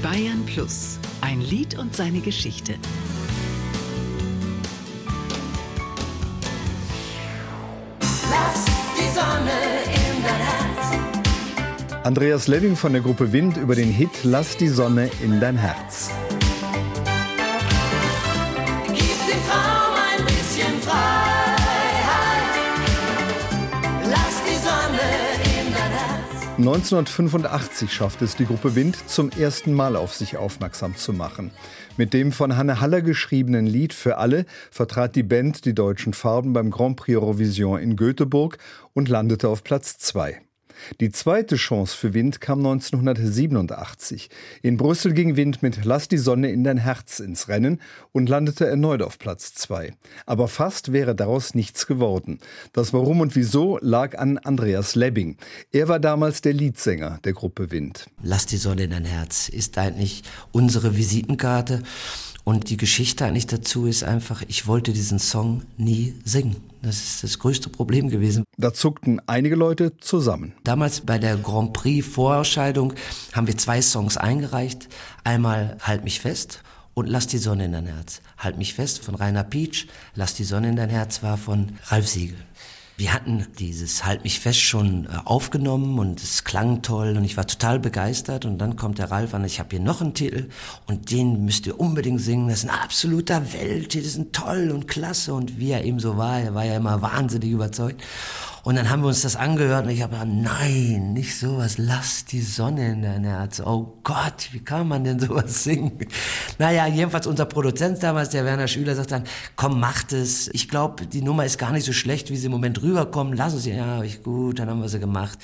Bayern Plus, ein Lied und seine Geschichte. Lass die Sonne in dein Herz. Andreas Lebbing von der Gruppe Wind über den Hit Lass die Sonne in dein Herz. Gib dem Traum ein bisschen Freiheit. Lass die Sonne in dein Herz. 1985 schafft es die Gruppe Wind zum ersten Mal auf sich aufmerksam zu machen. Mit dem von Hanne Haller geschriebenen Lied Für alle vertrat die Band die deutschen Farben beim Grand Prix Eurovision in Göteborg und landete auf Platz 2. Die zweite Chance für Wind kam 1987. In Brüssel ging Wind mit Lass die Sonne in dein Herz ins Rennen und landete erneut auf Platz 2. Aber fast wäre daraus nichts geworden. Das Warum und Wieso lag an Andreas Lebbing. Er war damals der Leadsänger der Gruppe Wind. Lass die Sonne in dein Herz ist eigentlich unsere Visitenkarte. Und die Geschichte eigentlich dazu ist einfach, ich wollte diesen Song nie singen. Das ist das größte Problem gewesen. Da zuckten einige Leute zusammen. Damals bei der Grand Prix Vorentscheidung haben wir 2 Songs eingereicht. Einmal Halt mich fest und Lass die Sonne in dein Herz. Halt mich fest von Rainer Pietsch, Lass die Sonne in dein Herz war von Ralf Siegel. Wir hatten dieses Halt mich fest schon aufgenommen und es klang toll und ich war total begeistert und dann kommt der Ralf an, ich habe hier noch einen Titel und den müsst ihr unbedingt singen, das ist ein absoluter Welthit, das ist toll und klasse und wie er eben so war, er war ja immer wahnsinnig überzeugt. Und dann haben wir uns das angehört und ich habe gesagt, nein, nicht sowas, lass die Sonne in dein Herz. Oh Gott, wie kann man denn sowas singen? Naja, jedenfalls unser Produzent damals, der Werner Schüler, sagt dann, komm, macht es. Ich glaube, die Nummer ist gar nicht so schlecht, wie sie im Moment rüberkommen. Lass uns, ja, gut, dann haben wir sie gemacht.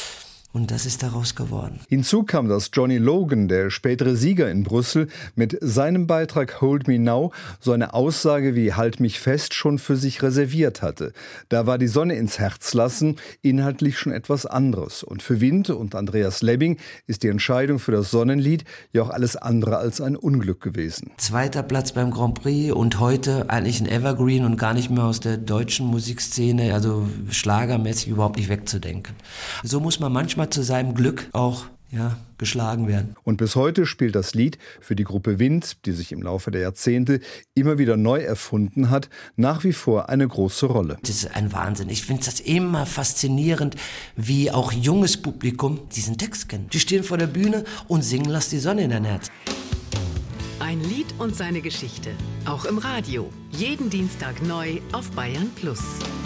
Und das ist daraus geworden. Hinzu kam, dass Johnny Logan, der spätere Sieger in Brüssel, mit seinem Beitrag Hold Me Now so eine Aussage wie Halt mich fest schon für sich reserviert hatte. Da war die Sonne ins Herz lassen inhaltlich schon etwas anderes. Und für Wind und Andreas Lebbing ist die Entscheidung für das Sonnenlied ja auch alles andere als ein Unglück gewesen. 2. Platz beim Grand Prix und heute eigentlich ein Evergreen und gar nicht mehr aus der deutschen Musikszene, also schlagermäßig überhaupt nicht wegzudenken. So muss man manchmal zu seinem Glück auch geschlagen werden. Und bis heute spielt das Lied für die Gruppe Wind, die sich im Laufe der Jahrzehnte immer wieder neu erfunden hat, nach wie vor eine große Rolle. Das ist ein Wahnsinn. Ich finde das immer faszinierend, wie auch junges Publikum diesen Text kennt. Die stehen vor der Bühne und singen Lass die Sonne in dein Herz. Ein Lied und seine Geschichte, auch im Radio. Jeden Dienstag neu auf Bayern Plus.